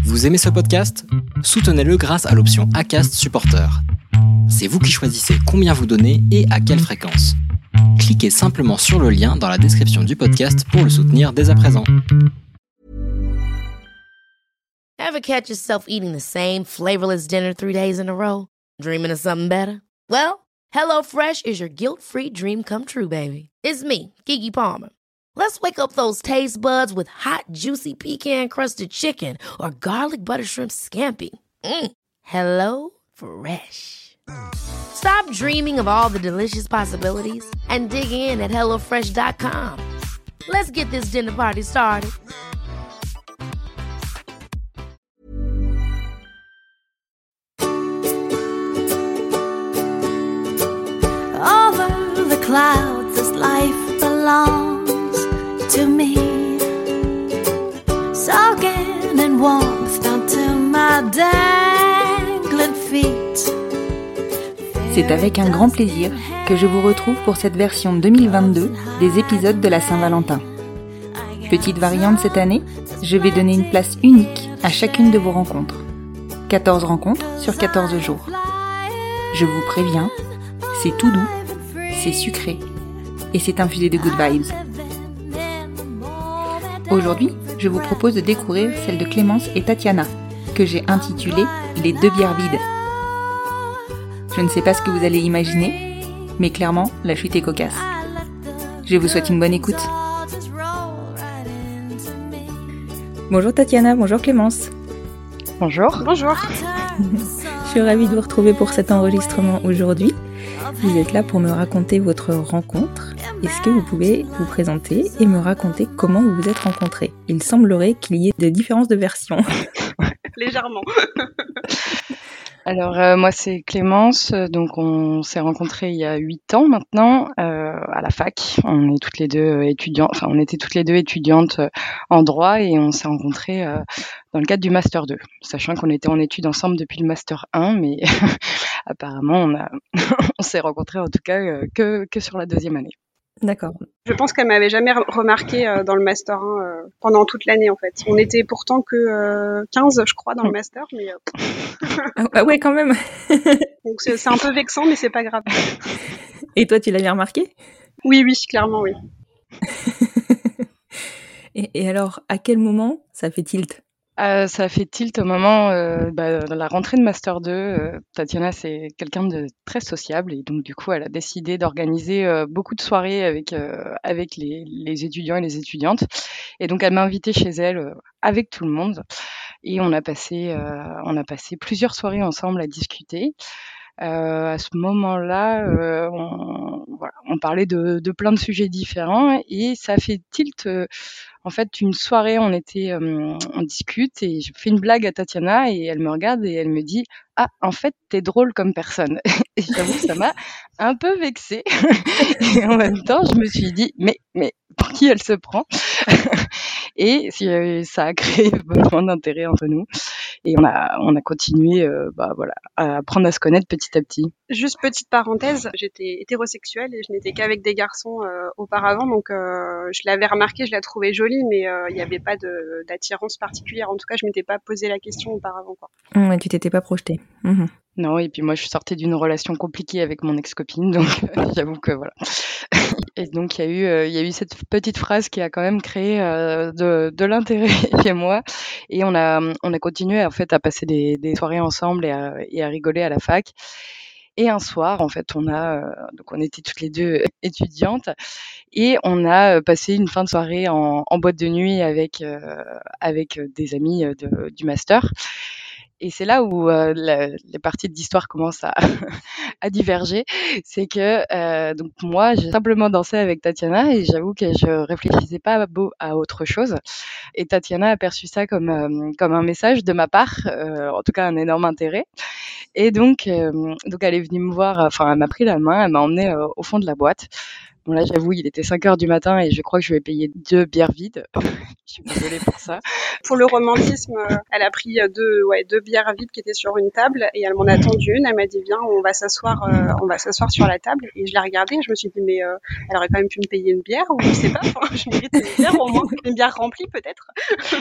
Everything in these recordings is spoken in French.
Vous aimez ce podcast ? Soutenez-le grâce à l'option Acast Supporter. C'est vous qui choisissez combien vous donnez et à quelle fréquence. Cliquez simplement sur le lien dans la description du podcast pour le soutenir dès à présent. Ever catch yourself eating the same flavorless dinner 3 days in a row? Dreaming of something better? Well, HelloFresh is your guilt-free dream come true, baby. It's me, Keke Palmer. Let's wake up those taste buds with hot, juicy pecan-crusted chicken or garlic butter shrimp scampi. Hello Fresh. Stop dreaming of all the delicious possibilities and dig in at HelloFresh.com. Let's get this dinner party started. Over the clouds, this life belongs to me. Soaking in warmth down to my dangling feet. C'est avec un grand plaisir que je vous retrouve pour cette version 2022 des épisodes de la Saint-Valentin. Petite variante cette année, je vais donner une place unique à chacune de vos rencontres. 14 rencontres sur 14 jours. Je vous préviens, c'est tout doux, c'est sucré et c'est infusé de good vibes. Aujourd'hui, je vous propose de découvrir celle de Clémence et Tatiana, que j'ai intitulée « Les deux bières vides ». Je ne sais pas ce que vous allez imaginer, mais clairement, la chute est cocasse. Je vous souhaite une bonne écoute. Bonjour Tatiana, bonjour Clémence. Bonjour. Bonjour. Je suis ravie de vous retrouver pour cet enregistrement aujourd'hui. Vous êtes là pour me raconter votre rencontre. Est-ce que vous pouvez vous présenter et me raconter comment vous vous êtes rencontrés ? Il semblerait qu'il y ait des différences de version. Légèrement. Alors, moi, c'est Clémence. Donc, on s'est rencontrés il y a 8 ans maintenant à la fac. On est toutes les deux étudiantes. Enfin, on était toutes les deux étudiantes en droit et on s'est rencontrés dans le cadre du Master 2. Sachant qu'on était en études ensemble depuis le Master 1, mais apparemment, on s'est rencontrés en tout cas que sur la 2e année. D'accord. Je pense qu'elle m'avait jamais remarqué dans le Master 1 pendant toute l'année en fait. On était pourtant que 15 je crois dans le Master, mais Ah ouais quand même. Donc c'est un peu vexant mais c'est pas grave. Et toi tu l'avais remarqué ? Oui, clairement oui. Et alors à quel moment ça fait tilt ? Ça a fait tilt au moment de la rentrée de Master 2. Tatiana, c'est quelqu'un de très sociable et donc du coup, elle a décidé d'organiser beaucoup de soirées avec les étudiants et les étudiantes. Et donc, elle m'a invitée chez elle avec tout le monde et on a passé plusieurs soirées ensemble à discuter. À ce moment-là, on parlait de plein de sujets différents et ça a fait tilt. En fait, une soirée, on discute et je fais une blague à Tatiana et elle me regarde et elle me dit « Ah, en fait, t'es drôle comme personne ». Et j'avoue que ça m'a un peu vexée. Et en même temps, je me suis dit « Mais pour qui elle se prend ?» Et ça a créé vachement d'intérêt entre nous. Et on a continué à apprendre à se connaître petit à petit. Juste petite parenthèse, j'étais hétérosexuelle et je n'étais qu'avec des garçons auparavant, donc je l'avais remarqué, je la trouvais jolie, mais il n'y avait pas d'attirance particulière. En tout cas, je m'étais pas posé la question auparavant, quoi. Ouais, tu t'étais pas projetée. Mmh. Non, et puis moi, je sortais d'une relation compliquée avec mon ex-copine, donc j'avoue que voilà. Et donc, il y a eu cette petite phrase qui a quand même créé de l'intérêt chez moi. Et on a continué en fait à passer des soirées ensemble et à rigoler à la fac. Et un soir, en fait, donc on était toutes les deux étudiantes et on a passé une fin de soirée en boîte de nuit avec des amis du master. Et c'est là où les parties de l'histoire commencent à diverger. C'est que donc moi, j'ai simplement dansé avec Tatiana et j'avoue que je réfléchissais pas à autre chose. Et Tatiana a perçu ça comme un message de ma part, en tout cas un énorme intérêt. Et donc elle est venue me voir, enfin elle m'a pris la main, elle m'a emmenée au fond de la boîte. Bon là, j'avoue, il était 5h du matin et je crois que je lui ai payé 2 bières vides. Je suis désolée pour ça. Pour le romantisme, elle a pris deux bières vides qui étaient sur une table et elle m'en a tendu une. Elle m'a dit viens, on va s'asseoir sur la table. Et je l'ai regardée et je me suis dit mais elle aurait quand même pu me payer une bière ou je sais pas. Enfin, je mérite une bière au moins, une bière remplie peut-être.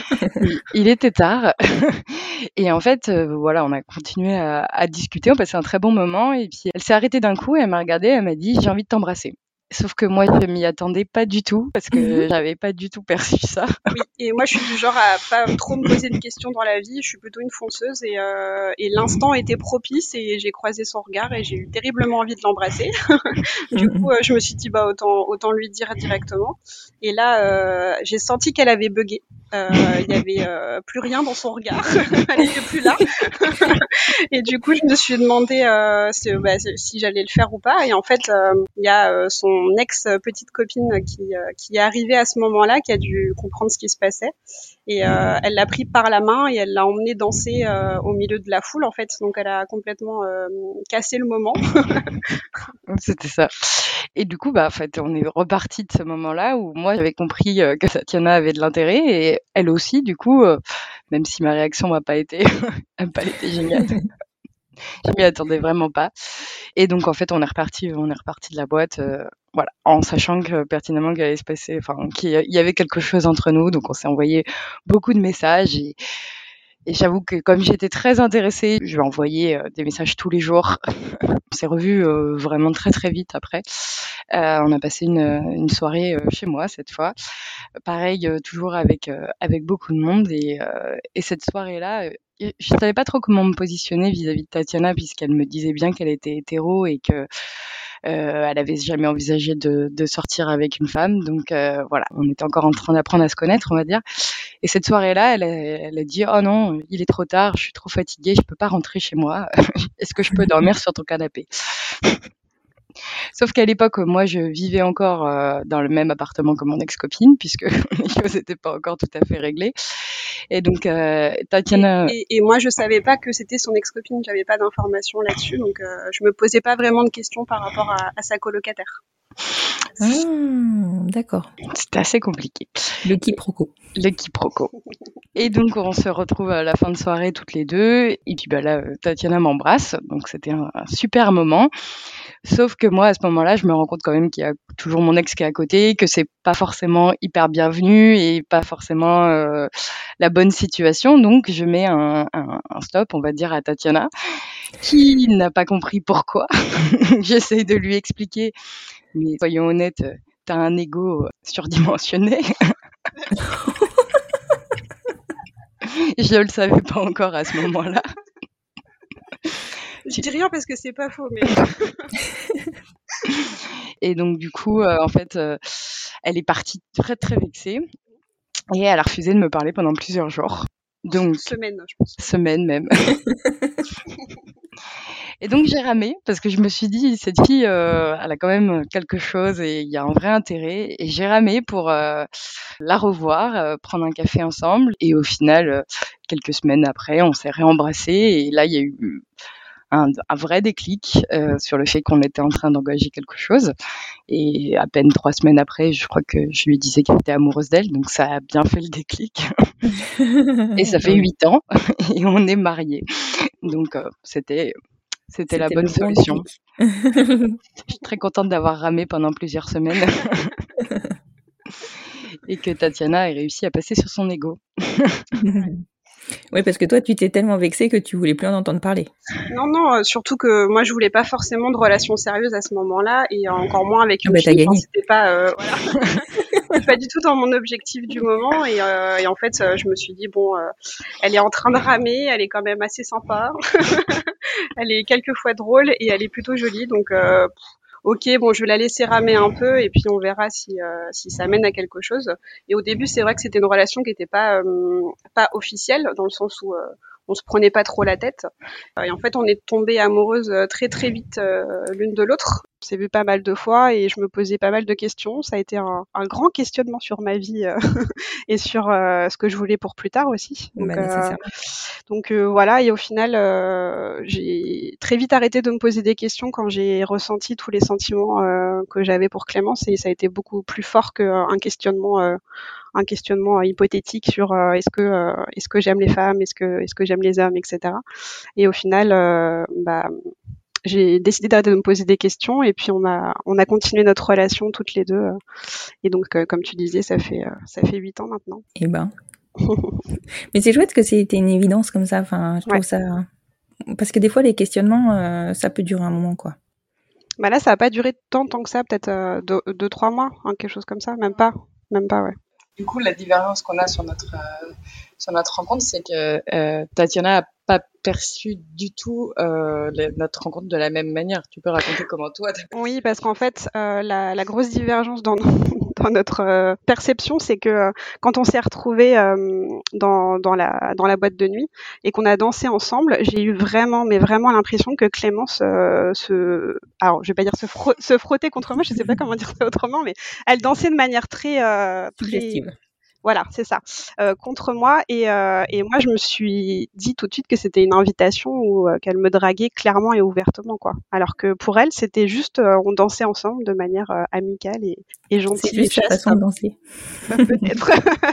Il était tard et en fait, voilà, on a continué à discuter. On passait un très bon moment et puis elle s'est arrêtée d'un coup et elle m'a regardée. Elle m'a dit j'ai envie de t'embrasser. Sauf que moi, je m'y attendais pas du tout parce que j'avais pas du tout perçu ça. Oui, et moi je suis du genre à pas trop me poser de questions dans la vie. Je suis plutôt une fonceuse et l'instant était propice et j'ai croisé son regard et j'ai eu terriblement envie de l'embrasser. Du coup, je me suis dit bah autant lui dire directement. Et là, j'ai senti qu'elle avait bugué. Il y avait plus rien dans son regard. Elle était plus là. Et du coup, je me suis demandé si j'allais le faire ou pas. Et en fait, il y a son ex petite copine qui est arrivée à ce moment-là, qui a dû comprendre ce qui se passait. Et elle l'a pris par la main et elle l'a emmené danser au milieu de la foule, en fait. Donc, elle a complètement cassé le moment. C'était ça. Et du coup, en fait, on est reparti de ce moment-là où moi, j'avais compris que Tatiana avait de l'intérêt et elle aussi, du coup, même si ma réaction n'a pas été géniale. Je m'y attendais vraiment pas. Et donc, en fait, on est reparti de la boîte, voilà, en sachant que pertinemment qu'il allait se passer, qu'il y avait quelque chose entre nous. Donc, on s'est envoyé beaucoup de messages et j'avoue que comme j'étais très intéressée, je lui ai envoyé des messages tous les jours. On s'est revus vraiment très très vite après. On a passé une soirée chez moi cette fois. Pareil, toujours avec beaucoup de monde et cette soirée-là, je savais pas trop comment me positionner vis-à-vis de Tatiana puisqu'elle me disait bien qu'elle était hétéro et que elle avait jamais envisagé de sortir avec une femme. Donc voilà, on était encore en train d'apprendre à se connaître, on va dire. Et cette soirée-là, elle a dit oh non, il est trop tard, je suis trop fatiguée, je peux pas rentrer chez moi. Est-ce que je peux dormir sur ton canapé? Sauf qu'à l'époque, moi, je vivais encore dans le même appartement que mon ex-copine, puisque les choses n'étaient pas encore tout à fait réglées. Et donc, Tatiana... Et moi, je savais pas que c'était son ex-copine, j'avais pas d'informations là-dessus, donc je me posais pas vraiment de questions par rapport à sa colocataire. D'accord. C'était assez compliqué. Le quiproquo. Et donc, on se retrouve à la fin de soirée toutes les deux. Et puis là, Tatiana m'embrasse. Donc, c'était un super moment. Sauf que moi, à ce moment-là, je me rends compte quand même qu'il y a toujours mon ex qui est à côté, que c'est pas forcément hyper bienvenu et pas forcément la bonne situation. Donc, je mets un stop, on va dire, à Tatiana, qui n'a pas compris pourquoi. J'essaye de lui expliquer. Mais soyons honnêtes, t'as un ego surdimensionné. Je le savais pas encore à ce moment-là. Je dis rien parce que c'est pas faux, mais... Et donc, du coup, en fait, elle est partie très, très vexée. Et elle a refusé de me parler pendant plusieurs jours. Donc, semaines, je pense. Semaines même. Et donc, j'ai ramé parce que je me suis dit, cette fille, elle a quand même quelque chose et il y a un vrai intérêt. Et j'ai ramé pour la revoir, prendre un café ensemble. Et au final, quelques semaines après, on s'est réembrassés. Et là, il y a eu un vrai déclic sur le fait qu'on était en train d'engager quelque chose. Et à peine 3 semaines après, je crois que je lui disais que j'étais amoureuse d'elle. Donc, ça a bien fait le déclic. Et ça fait 8 ans et on est mariés. Donc, c'était la bonne solution. Je suis très contente d'avoir ramé pendant plusieurs semaines et que Tatiana ait réussi à passer sur son ego. Oui, parce que toi, tu t'es tellement vexée que tu voulais plus en entendre parler. Non, surtout que moi, je voulais pas forcément de relations sérieuses à ce moment-là, et encore moins avec une fille. T'as gagné. C'était pas, voilà. Pas du tout dans mon objectif du moment, et en fait, je me suis dit bon, elle est en train de ramer, elle est quand même assez sympa, elle est quelquefois drôle et elle est plutôt jolie, donc. Ok, bon, je vais la laisser ramer un peu et puis on verra si ça mène à quelque chose. Et au début, c'est vrai que c'était une relation qui était pas officielle, dans le sens où on se prenait pas trop la tête. Et en fait, on est tombé amoureuse très très vite l'une de l'autre. On s'est vu pas mal de fois et je me posais pas mal de questions. Ça a été un grand questionnement sur ma vie et sur ce que je voulais pour plus tard aussi. Donc voilà, et au final, j'ai très vite arrêté de me poser des questions quand j'ai ressenti tous les sentiments que j'avais pour Clémence, et ça a été beaucoup plus fort qu'un questionnement hypothétique sur est-ce que j'aime les femmes, est-ce que j'aime les hommes, etc. Et au final, j'ai décidé d'arrêter de me poser des questions, et puis on a continué notre relation toutes les deux. Et donc, comme tu disais, ça fait 8 ans maintenant. Eh ben. Mais c'est chouette que c'était une évidence comme ça. Enfin, je trouve ça. Parce que des fois, les questionnements, ça peut durer un moment, quoi. Bah là, ça n'a pas duré tant que ça, peut-être 2-3 mois, hein, quelque chose comme ça, même pas, ouais. Du coup, la divergence qu'on a sur notre rencontre, c'est que Tatiana n'a pas perçu du tout notre rencontre de la même manière. Tu peux raconter comment toi Oui, parce qu'en fait, la grosse divergence dans notre perception, c'est que quand on s'est retrouvés dans la boîte de nuit et qu'on a dansé ensemble, j'ai eu vraiment l'impression que Clémence alors je vais pas dire se frotter contre moi, je sais pas comment dire ça autrement, mais elle dansait de manière très suggestive. Voilà, c'est ça, contre moi, et moi je me suis dit tout de suite que c'était une invitation ou qu'elle me draguait clairement et ouvertement, quoi. Alors que pour elle, c'était juste on dansait ensemble de manière amicale et gentille. C'est juste sa façon de danser. Peut-être.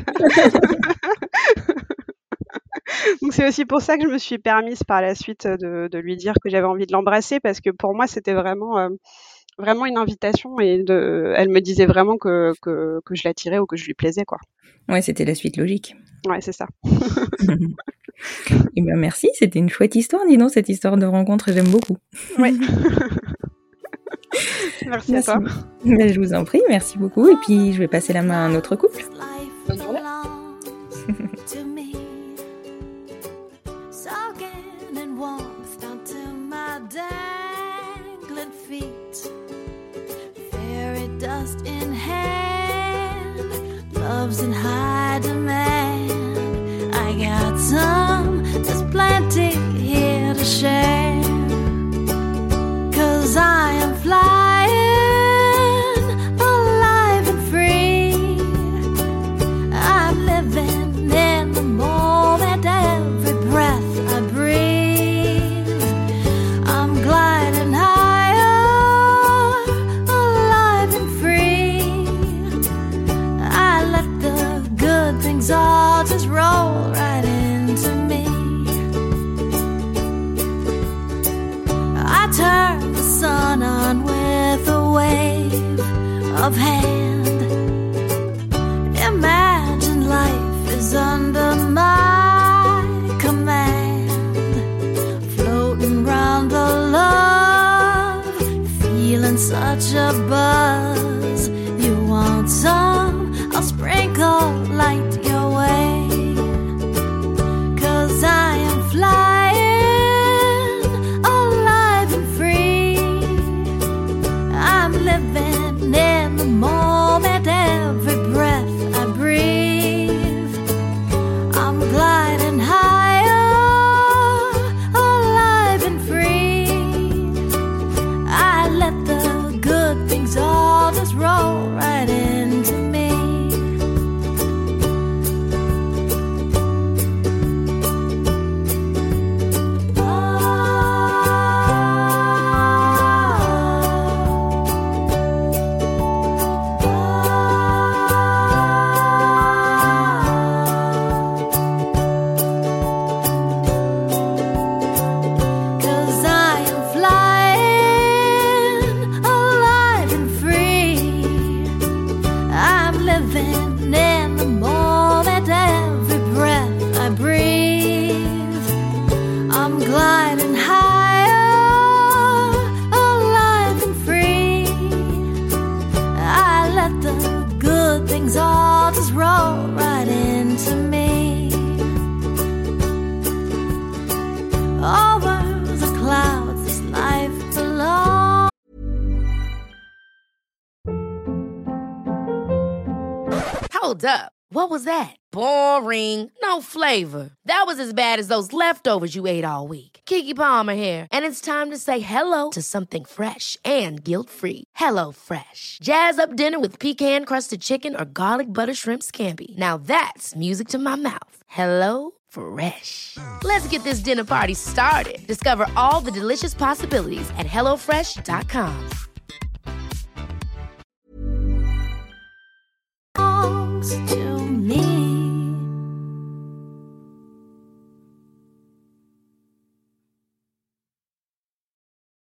Donc c'est aussi pour ça que je me suis permise par la suite de lui dire que j'avais envie de l'embrasser, parce que pour moi c'était vraiment une invitation, et elle me disait vraiment que je l'attirais ou que je lui plaisais, quoi. Ouais, c'était la suite logique. Ouais, c'est ça. Et ben merci, c'était une chouette histoire, dis donc, cette histoire de rencontre, j'aime beaucoup. Ouais. Merci à toi. Ben, je vous en prie, merci beaucoup, et puis je vais passer la main à un autre couple. Bonne journée. Dust in hand, love's in high demand. I got some, there's plenty here to share. 'Cause I am flying, alive and free. I'm living in the moment, every breath I breathe. I'm gliding high. All just roll right into me. I turn the sun on with a wave of hand. Imagine life is under my command. Floating round the love, feeling such a buzz. You want some? I'll sprinkle light your way. 'Cause I am flying, alive and free. I'm living in the moment, every breath I breathe. I'm gliding higher, alive and free. I let the good things all just roll right into me. Hold up. What was that? Boring. No flavor. That was as bad as those leftovers you ate all week. Keke Palmer here, and it's time to say hello to something fresh and guilt-free. Hello Fresh. Jazz up dinner with pecan-crusted chicken or garlic butter shrimp scampi. Now that's music to my mouth. Hello Fresh. Let's get this dinner party started. Discover all the delicious possibilities at hellofresh.com. Songs to